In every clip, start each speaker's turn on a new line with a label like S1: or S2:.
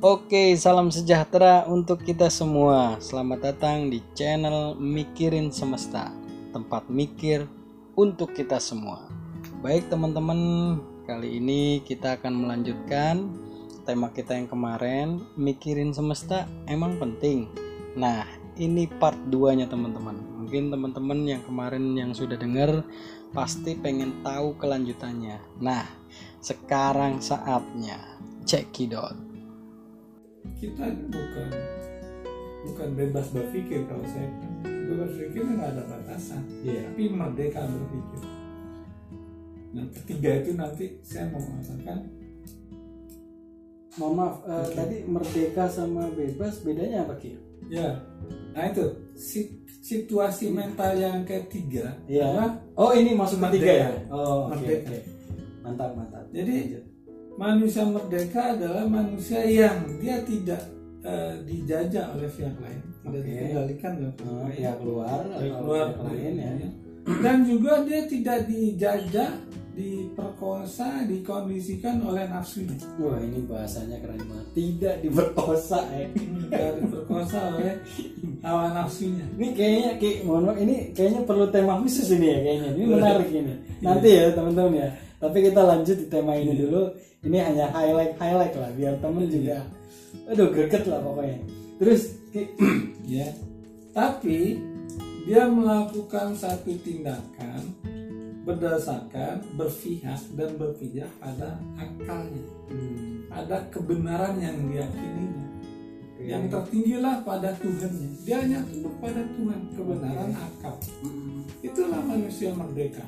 S1: Oke, salam sejahtera untuk kita semua. Selamat datang di channel Mikirin Semesta, tempat mikir untuk kita semua. Baik teman-teman, kali ini kita akan melanjutkan tema kita yang kemarin, mikirin semesta emang penting. Nah, ini part 2-nya teman-teman. Mungkin teman-teman yang kemarin yang sudah dengar pasti pengen tahu kelanjutannya. Nah, sekarang saatnya check it out.
S2: Kita ini bukan bebas berpikir. Kalau saya berpikir nggak ada batasan, tapi merdeka berpikir. Nah, ketiga itu nanti saya mau mengatakan.
S1: Mohon maaf, tadi merdeka sama bebas bedanya apa Ki?
S2: Ya, nah itu situasi mental yang ketiga.
S1: Ya. Oh, ini masuk ketiga ya? Oh,
S2: merdeka.
S1: Okay. Mantap.
S2: Jadi manusia merdeka adalah manusia yang dia tidak dijajah oleh pihak lain, tidak dikendalikan oleh
S1: pihak luar lain ya.
S2: Dan juga dia tidak dijajah, diperkosa, dikondisikan oleh nafsunya.
S1: Wah, ini bahasanya keren banget. Tidak diperkosa
S2: Tidak diperkosa oleh hawa nafsunya.
S1: Ini kayaknya ini kayaknya perlu tema khusus ini ya kayaknya. Ini menarik ini. Nanti ya teman-teman ya. Tapi kita lanjut di tema ini dulu. Ini hanya highlight lah biar temen juga greget lah pokoknya. Terus
S2: ya. Tapi dia melakukan satu tindakan berdasarkan berpihak dan berpijak pada akalnya, ada kebenaran yang diyakininya. Yang tertinggilah pada Tuhannya. Dia hanya tunduk pada Tuhan, kebenaran akal. Itulah manusia merdeka.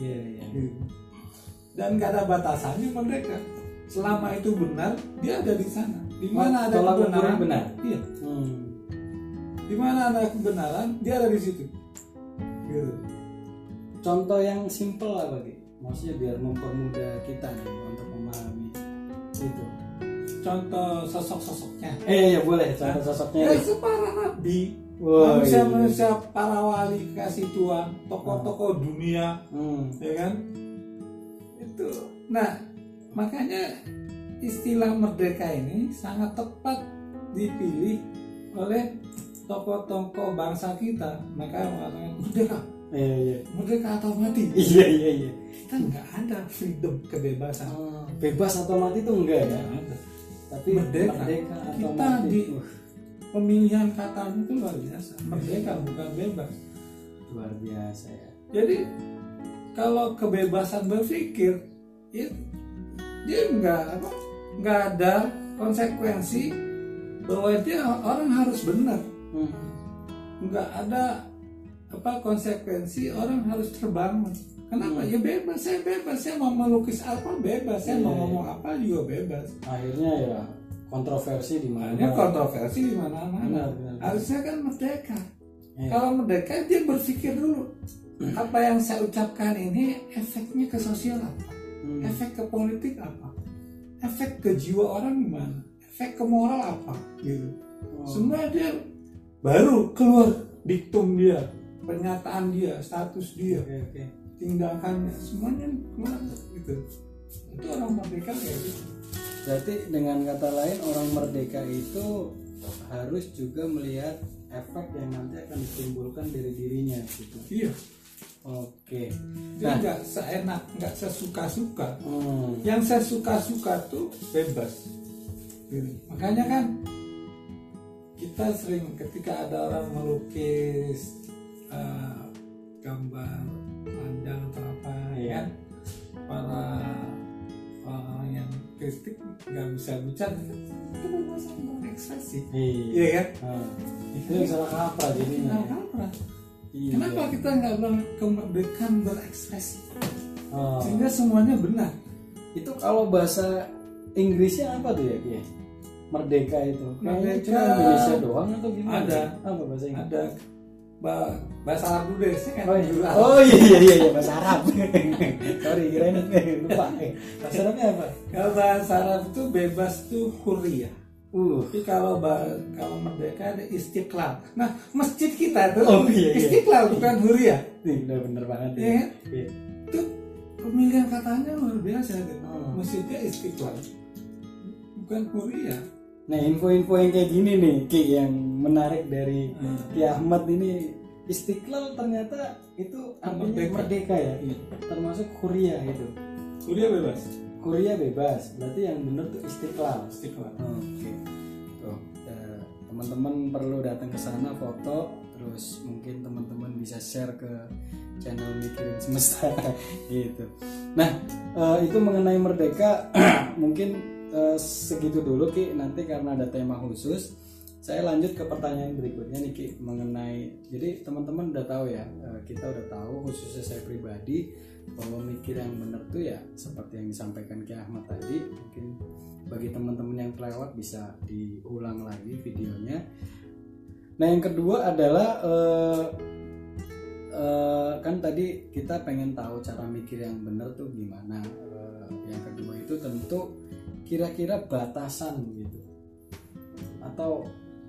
S2: Dan gak ada batasannya merdeka. Selama itu benar, dia ada di sana. Di mana ada kebenaran,
S1: benar.
S2: Iya. Di mana ada kebenaran, dia ada di situ. Gitu.
S1: Contoh yang simpel lah bagi, maksudnya biar mempermudah kita nih untuk memahami itu.
S2: Contoh sosok-sosoknya.
S1: Ya boleh. Contoh sosoknya.
S2: Para nabi, manusia para wali kasih Tuhan, tokoh-tokoh dunia, ya kan? Itu. Nah, makanya istilah merdeka ini sangat tepat dipilih oleh tokoh-tokoh bangsa kita. Mereka mengatakan merdeka. Merdeka atau mati.
S1: Iya.
S2: Kita nggak ada freedom, kebebasan.
S1: Bebas atau mati itu enggak ya?
S2: Ada.
S1: Tapi
S2: merdeka
S1: atau
S2: kita
S1: mati.
S2: Di pemilihan kata itu luar biasa. Merdeka bukan bebas.
S1: Luar biasa ya.
S2: Jadi kalau kebebasan berpikir, ya, dia nggak ada konsekuensi bahwa dia orang harus benar. Nggak ada konsekuensi orang harus terbangun. Kenapa? Ya bebas, saya mau melukis apa bebas, saya mau ngomong apa juga bebas.
S1: Akhirnya ya kontroversi di mana?
S2: Kontroversi di mana-mana. Harusnya kan merdeka. Kalau merdeka dia berpikir dulu, apa yang saya ucapkan ini efeknya ke sosial apa? Efek ke politik apa? Efek ke jiwa orang gimana? Efek ke moral apa? Gitu. Semua dia baru keluar diktum dia, pernyataan dia, status dia, tindakannya, semuanya keluar gitu. Itu orang merdeka kayak gitu.
S1: Berarti dengan kata lain orang merdeka itu harus juga melihat efek yang nanti akan ditimbulkan dari dirinya gitu.
S2: Iya.
S1: Oke.
S2: Dia nggak seenak, nggak sesuka-suka. Yang saya suka-suka tuh bebas. Gitu. Makanya kan kita sering ketika ada orang melukis gambar panjang atau apa, ya, para orang yang kritik nggak bisa bicara, kebebasan berekspresi, iya kan?
S1: Itu salah kaprah jadinya.
S2: Kenapa kita nggak kemerdekaan berekspresi? Sehingga semuanya benar.
S1: Itu kalau bahasa Inggrisnya apa tuh ya? Merdeka itu.
S2: Merdeka
S1: cuma Indonesia doang atau gimana?
S2: Ada.
S1: Apa bahasa Inggris?
S2: Ada bahasa Arab dulu deh.
S1: Oh iya bahasa Arab. Sorry kirain lupa. Bahasa Arabnya apa?
S2: Kalau bahasa Arab itu bebas tuh hurriyah. Tapi kalau merdeka ada istiqlal. Nah, masjid kita tuh istiqlal bukan hurriyah.
S1: Bener banget.
S2: Iya kan? Itu pemilihan katanya luar biasa. Masjidnya istiqlal, bukan hurriyah.
S1: Nah, info-info yang kayak gini nih Ki, yang menarik dari Ki Ahmad ini, Istiqlal ternyata itu artinya merdeka ya, termasuk Huria itu. Huria bebas, berarti yang benar tuh Istiqlal. Oke. Tuh, teman-teman perlu datang ke sana foto, terus mungkin teman-teman bisa share ke channel Mikirin Semesta gitu. Nah, itu mengenai merdeka mungkin segitu dulu Ki, nanti karena ada tema khusus saya lanjut ke pertanyaan berikutnya nih Ki, mengenai, jadi teman-teman udah tahu ya, kita udah tahu khususnya saya pribadi bahwa mikir yang benar tuh ya seperti yang disampaikan Ki Ahmad tadi. Mungkin bagi teman-teman yang kelewat bisa diulang lagi videonya. Nah, yang kedua adalah kan tadi kita pengen tahu cara mikir yang benar tuh gimana. Yang kedua itu tentu kira-kira batasan gitu, atau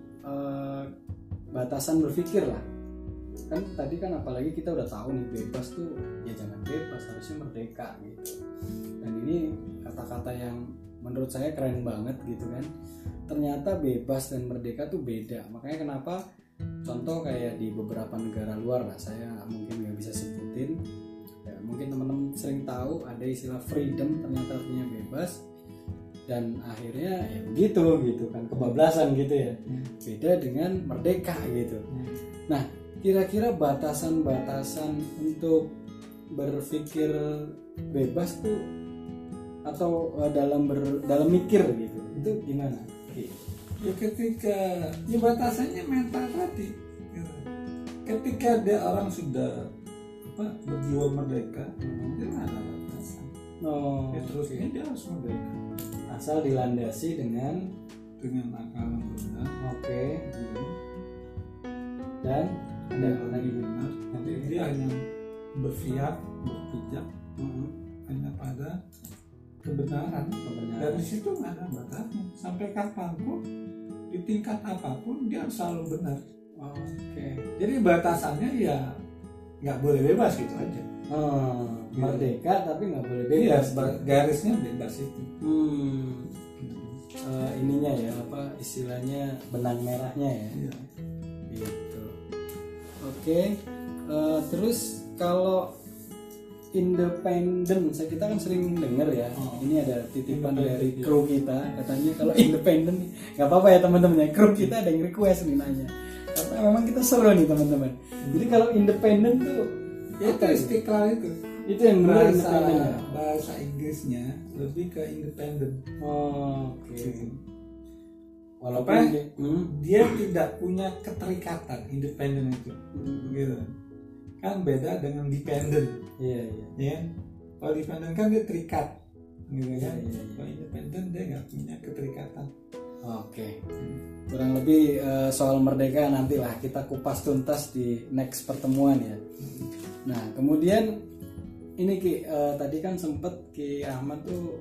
S1: batasan berpikir lah. Kan tadi kan apalagi kita udah tahu nih, bebas tuh ya jangan bebas, harusnya merdeka gitu. Dan ini kata-kata yang menurut saya keren banget gitu kan. Ternyata bebas dan merdeka tuh beda. Makanya kenapa contoh kayak di beberapa negara luar lah, saya mungkin nggak bisa sebutin ya, mungkin teman-teman sering tahu ada istilah freedom, ternyata artinya bebas, dan akhirnya ya begitu kan, kebablasan gitu ya. Beda dengan merdeka gitu. Nah, kira-kira batasan-batasan untuk berpikir bebas tuh atau dalam mikir gitu, itu gimana?
S2: Ya ketika ya batasannya mental tadi gitu. Ketika dia orang sudah berjiwa merdeka, dia nggak ada batasan. Ya terusnya dia harus merdeka,
S1: asal dilandasi dengan
S2: akal yang benar.
S1: Oke. Dan ada lagi
S2: benar. Nanti dia hanya berpihak, berpijak hanya pada kebenaran. Dari situ nggak ada batasnya. Sampai kapanpun, di tingkat apapun dia harus selalu benar.
S1: Oke.
S2: Jadi batasannya ya nggak boleh bebas gitu aja.
S1: Merdeka tapi nggak boleh bebas.
S2: Iya, garisnya bebas itu.
S1: Ininya ya, apa istilahnya, benang merahnya ya.
S2: Iya.
S1: Gitu. Oke. Terus kalau independen, kita kan sering dengar ya. Ini ada titipan dari kru kita, katanya kalau independen, nggak apa-apa ya teman-teman ya, kru kita ada yang request nih nanya, karena memang kita seru nih teman-teman. Jadi kalau independen tuh
S2: ya itu Istiqlal
S1: itu yang benar independen ya?
S2: Bahasa Inggrisnya lebih ke independen.
S1: Oke. Walaupun
S2: dia tidak punya keterikatan, independen itu gitu kan, beda dengan dependent. Iya. Kalau dependent kan dia terikat gitu kan. Kalau independen dia nggak punya keterikatan.
S1: Oke. Kurang lebih soal merdeka nantilah kita kupas tuntas di next pertemuan ya. Nah, kemudian ini Ki, tadi kan sempet Ki Ahmad tuh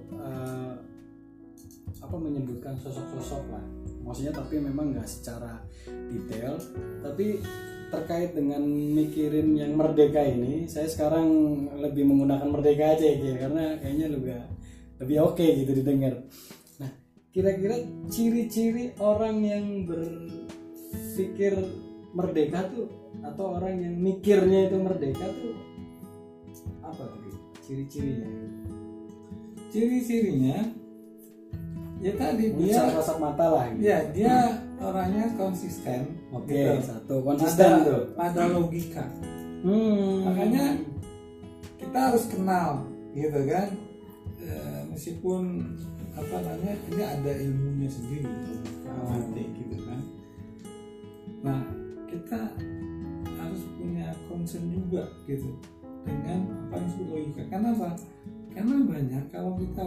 S1: menyebutkan sosok-sosok lah. Maksudnya tapi memang nggak secara detail, tapi terkait dengan mikirin yang merdeka ini, saya sekarang lebih menggunakan merdeka aja ya, karena kayaknya lebih oke gitu didengar. Nah, kira-kira ciri-ciri orang yang berpikir merdeka tuh, atau orang yang mikirnya itu merdeka tuh apa tuh ciri-cirinya?
S2: Ciri-cirinya ya tadi dia
S1: kasat mata lah gitu.
S2: Ya, dia orangnya konsisten.
S1: Oke,
S2: gitu.
S1: Satu konsisten tuh
S2: pada logika. Makanya kita harus kenal gitu kan, meskipun ini ada ilmunya sendiri gitu kan. Nah, kita harus punya concern juga gitu dengan apa yang disebut logika. Kenapa? Karena banyak kalau kita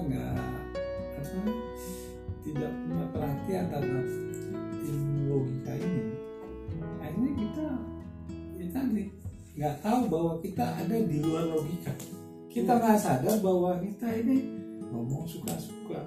S2: tidak punya perhatian terhadap ilmu logika ini, akhirnya kita nggak tahu bahwa kita ada di luar logika. Kita nggak sadar bahwa kita ini ngomong suka-suka,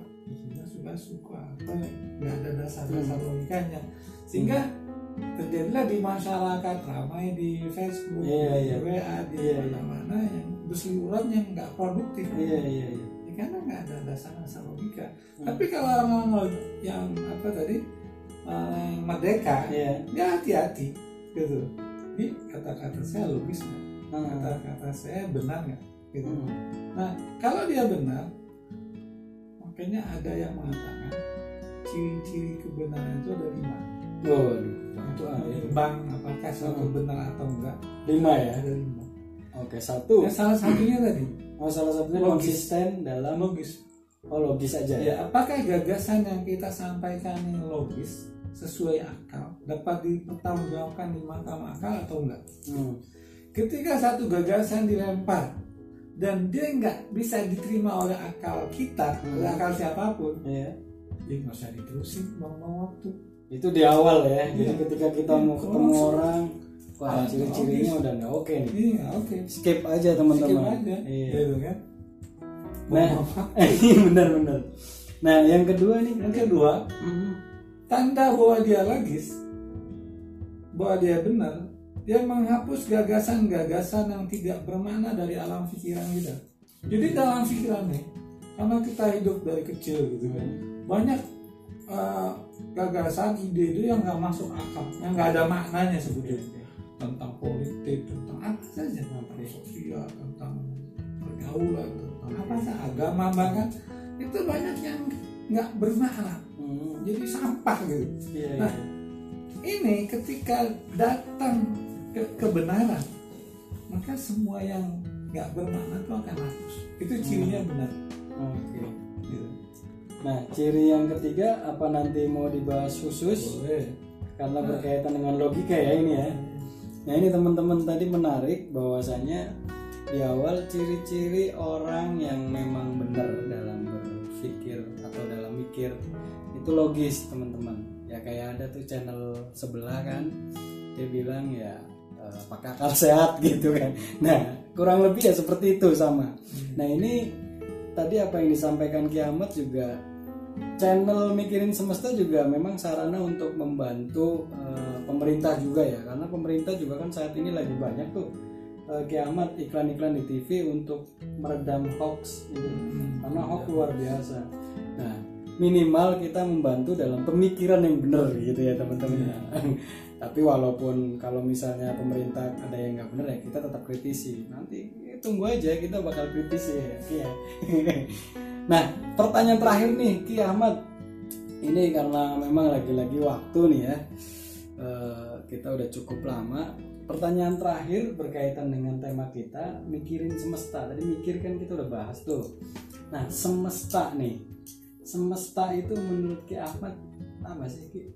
S2: nggak ada dasar-dasar logikanya, sehingga terjadilah di masyarakat ramai di Facebook, di WA, di mana-mana yang berseliweran yang nggak produktif. karena nggak ada dasar-dasar logika. Tapi kalau orang yang apa tadi merdeka, dia hati-hati gitu. Ini kata-kata saya logis nggak? Kata-kata saya benar nggak? Gitu. Nah kalau dia benar, makanya ada yang mengatakan ciri-ciri kebenaran itu ada 5. Untuk menimbang apakah suatu benar atau enggak.
S1: 5 ya?
S2: Ada 5.
S1: Oke, 1.
S2: Salah satunya tadi.
S1: Salah satunya konsisten dalam
S2: logis.
S1: Logis aja.
S2: Ya, apakah gagasan yang kita sampaikan ini logis, sesuai akal, dapat dipertanggungjawabkan di mahkamah akal atau enggak? Ketika satu gagasan dilempar dan dia nggak bisa diterima oleh akal kita, oleh akal siapapun, ya nggak usah diterusin, buang-buang waktu. Itu di awal ya. Jadi ketika kita mau ketemu orang, wah ciri-cirinya udah nggak oke nih. Iya, oke.
S1: Skip aja teman-teman.
S2: Skip aja. Iya kan.
S1: Nah, benar-benar. Nah, yang kedua nih,
S2: tanda bahwa dia logis, bahwa dia benar, dia menghapus gagasan-gagasan yang tidak bermakna dari alam pikiran kita. Jadi dalam pikiran nih, karena kita hidup dari kecil gitu kan, banyak gagasan, ide-ide yang nggak masuk akal, yang nggak ada maknanya sebetulnya, tentang politik, tentang apa saja, tentang sosial, tentang pergaulan, tentang apa saja, agama bahkan, itu banyak yang nggak bermakna, jadi sampah gitu. Nah, ini ketika datang kebenaran, maka semua yang nggak bermakna itu akan hapus. Itu cirinya benar.
S1: Oke. Gitu. Nah, ciri yang ketiga apa nanti mau dibahas khusus?
S2: Boleh.
S1: Karena berkaitan dengan logika ya ini ya. Nah ini teman-teman tadi menarik bahwasanya di awal ciri-ciri orang yang memang benar dalam berpikir atau dalam mikir itu logis teman-teman. Ya kayak ada tuh channel sebelah kan, dia bilang ya pakai akal sehat gitu kan. Nah kurang lebih ya seperti itu sama. Nah ini tadi apa yang disampaikan Kiamat juga, channel Mikirin Semesta juga memang sarana untuk membantu pemerintah juga ya, karena pemerintah juga kan saat ini lagi banyak tuh Kiamat iklan-iklan di TV untuk meredam hoax gitu. Karena hoax luar biasa. Nah minimal kita membantu dalam pemikiran yang benar gitu ya teman-teman. Tapi walaupun kalau misalnya pemerintah ada yang nggak benar ya kita tetap kritisi. Nanti tunggu aja kita bakal kritisi ya. Nah pertanyaan terakhir nih Ki Ahmad, ini karena memang lagi-lagi waktu nih ya, kita udah cukup lama. Pertanyaan terakhir berkaitan dengan tema kita Mikirin Semesta. Tadi mikir kan kita udah bahas tuh. Nah semesta nih, semesta itu menurut Ki Ahmad apa sih Ki?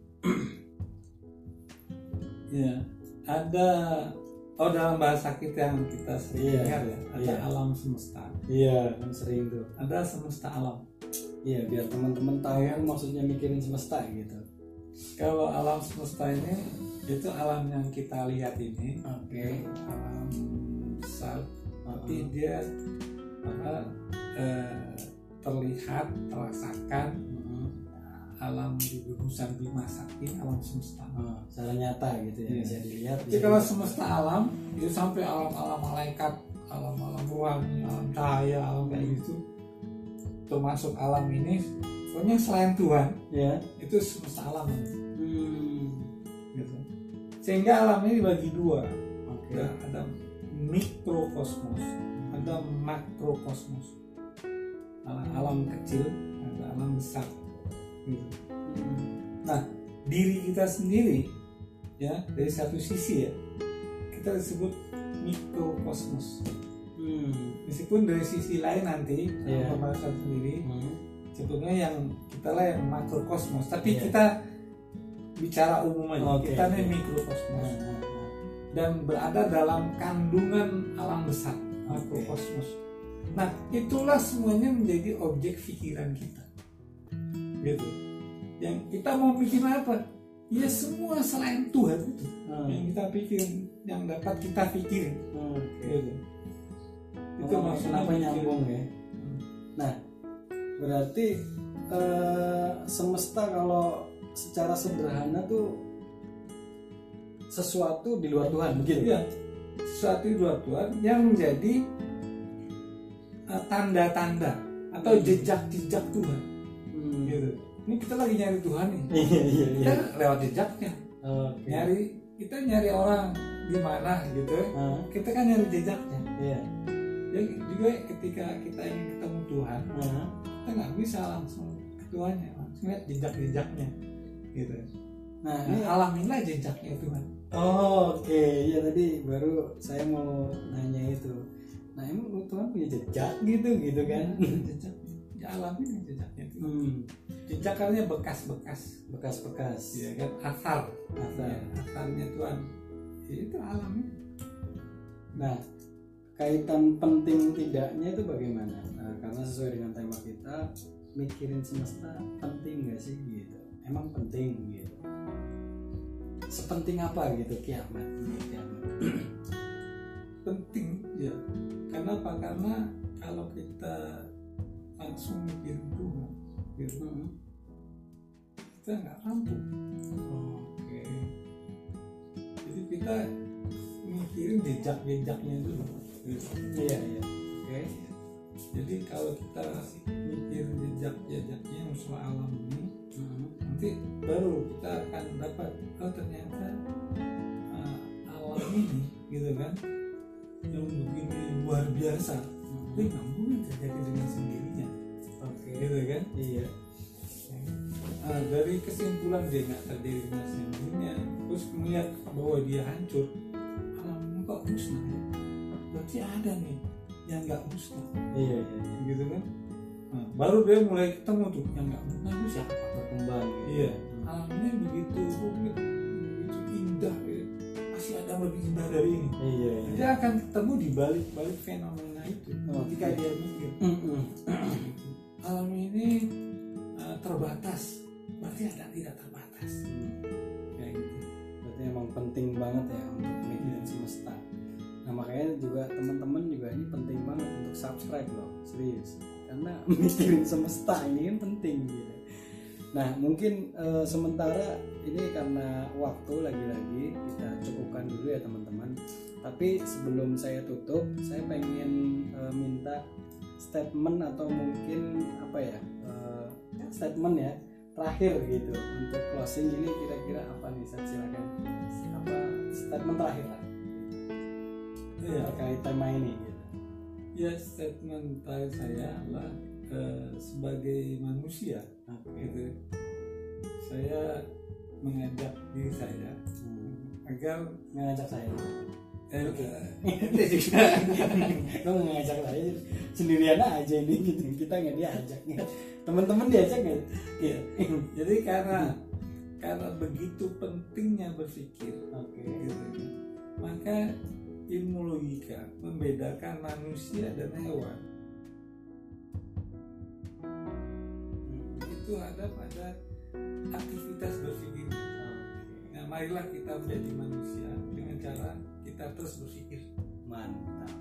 S2: Ya, ada dalam bahasa kita yang kita sering dengar ya, ada alam semesta.
S1: Iya, kan sering tuh.
S2: Ada semesta alam.
S1: Iya, biar teman-teman tahu maksudnya mikirin semesta gitu.
S2: Kalau alam semesta ini itu alam yang kita lihat ini, alam besar, tapi dia terlihat, terasakan. Alam di gugusan Bima Sakti, alam semesta.
S1: Secara nyata gitu ya, bisa dilihat.
S2: Jadi kalau semesta alam itu sampai alam-alam malaikat, alam-alam rohani, alam cahaya, alam kayak gitu, termasuk alam ini, pokoknya selain Tuhan, ya itu semesta alam. Gitu. Sehingga alam ini dibagi dua. Ada mikrokosmos, ada makrokosmos. Alam kecil, ada alam besar. Nah, diri kita sendiri ya dari satu sisi ya kita disebut mikrokosmos. Meskipun dari sisi lain nanti pembahasan sendiri sebetulnya yang kita lah yang makrokosmos, tapi kita bicara umum aja. Kita nih mikrokosmos dan berada dalam kandungan alam besar makrokosmos. Nah, itulah semuanya menjadi objek pikiran kita. Gitu. Yang kita mau bikin apa? Ya semua selain Tuhan itu yang kita pikirin, yang dapat kita pikirin. Gitu. Itu maksudnya
S1: apa nyambung ya. Nah, berarti semesta kalau secara sederhana tuh sesuatu di luar Tuhan, begitu?
S2: Iya, sesuatu di luar Tuhan yang menjadi tanda-tanda atau jejak-jejak Tuhan. Gitu. Ini kita lagi nyari Tuhan nih. Kita lewat jejaknya. Kita nyari orang di mana gitu. Kita kan nyari jejaknya. Ya juga ketika kita ingin ketemu Tuhan, kita nggak bisa langsung ke Tuhannya, langsung lihat jejak-jejaknya gitu. Nah, ini alamilah jejaknya Tuhan.
S1: Oke. Ya tadi baru saya mau nanya itu. Nah, emang Tuhan punya jejak gitu kan?
S2: Jejak, ya alamilah jejaknya Tuhan. Jejak kalinya bekas-bekas, ya kan, asarnya Tuhan. Ya, itu alami.
S1: Nah, kaitan penting tidaknya itu bagaimana? Nah, karena sesuai dengan tema kita, mikirin semesta penting nggak sih gitu? Emang penting gitu? Sepenting apa gitu kiamat?
S2: Penting ya. Kenapa? Karena kalau kita langsung mikirin Tuhan, gitu, kita nggak rampung.
S1: Oke.
S2: Jadi kita mikirin jejak-jejaknya dulu.
S1: Iya. Oke.
S2: Jadi kalau kita mikirin jejak-jejaknya unsur alam ini, nanti baru kita akan dapat ternyata alam ini, gitu kan, yang begini luar biasa. Tapi nggak mungkin terjadi dengan sendirinya.
S1: Oke.
S2: Gitu kan?
S1: Iya.
S2: Dari kesimpulan dia nggak terjadi dengan sendirinya, terus melihat bahwa dia hancur, alam ini kok musnah ya? Berarti ada nih yang nggak musnah.
S1: Iya.
S2: Gitu kan? Nah, baru dia mulai ketemu tuh yang nggak musnah itu siapa?
S1: Berkembang. Gitu.
S2: Iya. Alamnya begitu rumit, begitu indah, ya. Masih ada yang lebih indah dari ini.
S1: Iya.
S2: Dia akan ketemu di balik fenomena itu. Ketika dia mikir, alam ini terbatas, berarti ada tidak terbatas. Kayak gitu.
S1: Berarti emang penting banget ya untuk mikirin semesta. Nah, makanya juga teman-teman juga ini penting banget untuk subscribe loh, serius. Karena mikirin semesta ini kan penting gitu. Nah, mungkin sementara ini karena waktu lagi-lagi kita cukupkan dulu ya teman-teman. Tapi sebelum saya tutup, saya pengen minta statement atau mungkin apa ya, statement ya terakhir gitu untuk closing ini, kira-kira apa nih? Saya silakan apa statement terakhir lah terkait tema ini gitu.
S2: Ya, statement terakhir saya adalah sebagai manusia, gitu, saya mengajak diri saya agar
S1: Mengajak saya lo ngajak saya sendirian aja ini gitu, kita nggak diajak, teman-teman diajak nggak?
S2: Ya. Jadi karena begitu pentingnya berpikir, gitu, maka ilmu logika membedakan manusia dan hewan itu ada pada aktivitas berpikir. Nah, marilah kita menjadi manusia dengan cara kita terus berpikir.
S1: Mantap.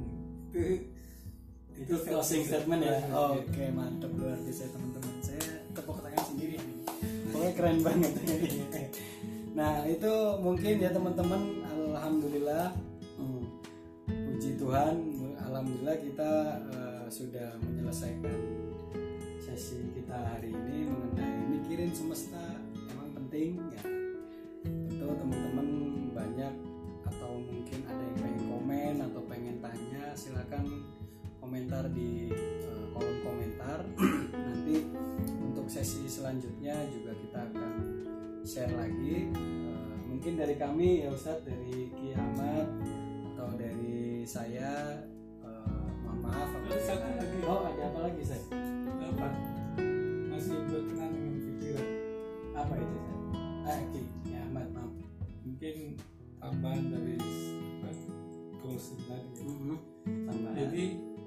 S2: Itu
S1: closing statement ya. Oke, mantap, luar biasa teman-teman. Saya tepuk tangan sendiri nih. Pokoknya keren banget. Nah, itu mungkin ya teman-teman. Alhamdulillah, puji Tuhan, alhamdulillah kita sudah menyelesaikan sesi kita hari ini mengenai mikirin semesta. Emang penting ya. Tentu teman-teman banyak atau mungkin ada yang pengen komen atau pengen tanya, silakan komentar di kolom komentar. Nanti untuk sesi selanjutnya juga kita akan share lagi. Mungkin dari kami ya Ustadz, dari Ki Ahmad atau dari saya, mohon maaf apabila ada apa lagi saya?
S2: Apa? Masih berkenan dengan pikiran.
S1: Apa itu saya? Ki Ahmad, maaf.
S2: Mungkin tambahan dari closing tadi.
S1: Tambahan.
S2: Jadi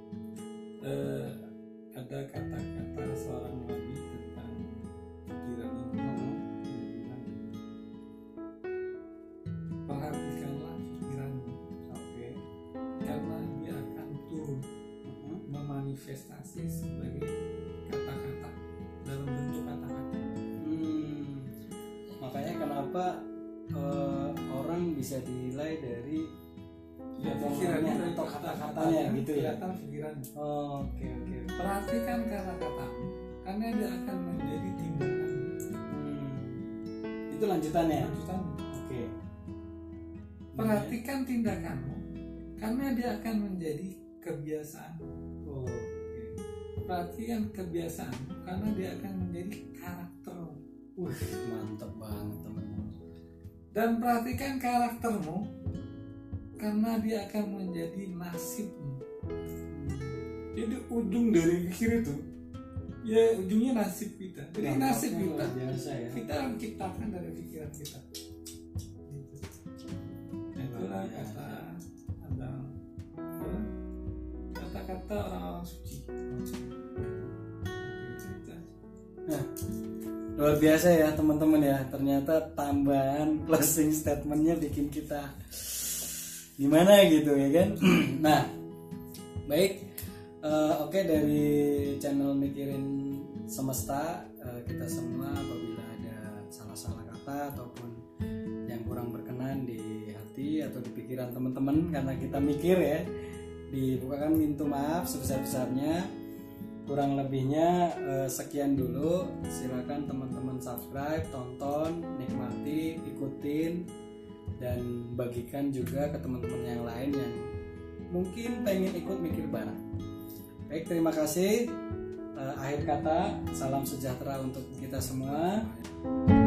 S2: ada kata-kata seorang nabi tentang pikiran ini. Perhatikanlah pikiranmu, karena dia akan turun memanifestasi sebagai kata-kata dalam bentuk kata-kata.
S1: Makanya kenapa orang bisa dinilai dari
S2: Ya, pikirannya
S1: atau kata-katanya gitu ya.
S2: Pikirannya.
S1: Oke.
S2: Perhatikan kata-kata, karena dia akan menjadi tindakan.
S1: Itu lanjutannya. Oke.
S2: Perhatikan tindakanmu, karena dia akan menjadi kebiasaan.
S1: Oke.
S2: Perhatikan kebiasaanmu, karena dia akan menjadi karakter.
S1: Mantap banget teman-teman.
S2: Dan perhatikan karaktermu, karena dia akan menjadi nasibmu. Jadi ujung dari pikir itu, ya ujungnya nasib kita. Jadi nasib kita,
S1: biasa ya.
S2: kita menciptakan dari pikiran kita. Itulah kata orang-orang suci.
S1: Nah, luar biasa ya teman-teman ya. Ternyata tambahan closing statementnya bikin kita gimana gitu ya kan. Nah, baik. Oke, dari channel Mikirin Semesta, kita semua apabila ada salah-salah kata ataupun yang kurang berkenan di hati atau di pikiran teman-teman karena kita mikir ya, dibukakan pintu maaf sebesar-besarnya. Kurang lebihnya sekian dulu. Silakan teman-teman subscribe, tonton, nikmati, ikutin, dan bagikan juga ke teman-teman yang lain yang mungkin pengen ikut mikir bareng. Baik, terima kasih. Akhir kata, salam sejahtera untuk kita semua.